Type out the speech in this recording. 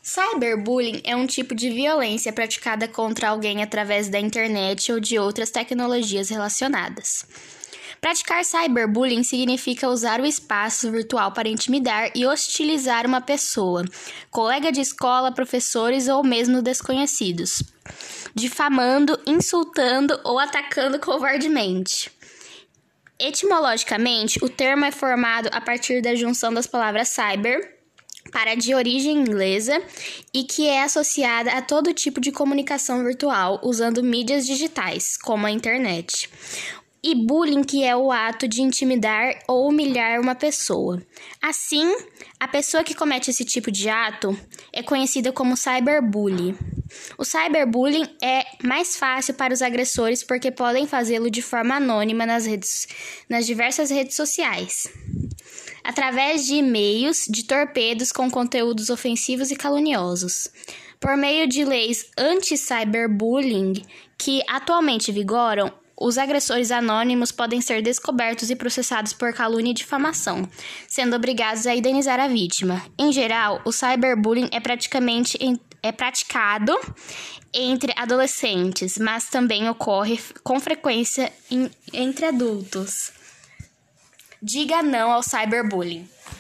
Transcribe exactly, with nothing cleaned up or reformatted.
Cyberbullying é um tipo de violência praticada contra alguém através da internet ou de outras tecnologias relacionadas. Praticar cyberbullying significa usar o espaço virtual para intimidar e hostilizar uma pessoa, colega de escola, professores ou mesmo desconhecidos, difamando, insultando ou atacando covardemente. Etimologicamente, o termo é formado a partir da junção das palavras cyber, para de origem inglesa, e que é associada a todo tipo de comunicação virtual usando mídias digitais, como a internet. E bullying, que é o ato de intimidar ou humilhar uma pessoa. Assim, a pessoa que comete esse tipo de ato é conhecida como cyberbully. O cyberbullying é mais fácil para os agressores porque podem fazê-lo de forma anônima nas redes, nas diversas redes sociais, através de e-mails, de torpedos com conteúdos ofensivos e caluniosos. Por meio de leis anti-cyberbullying que atualmente vigoram, os agressores anônimos podem ser descobertos e processados por calúnia e difamação, sendo obrigados a indenizar a vítima. Em geral, o cyberbullying é praticamente é praticado entre adolescentes, mas também ocorre com frequência em, entre adultos. Diga não ao cyberbullying.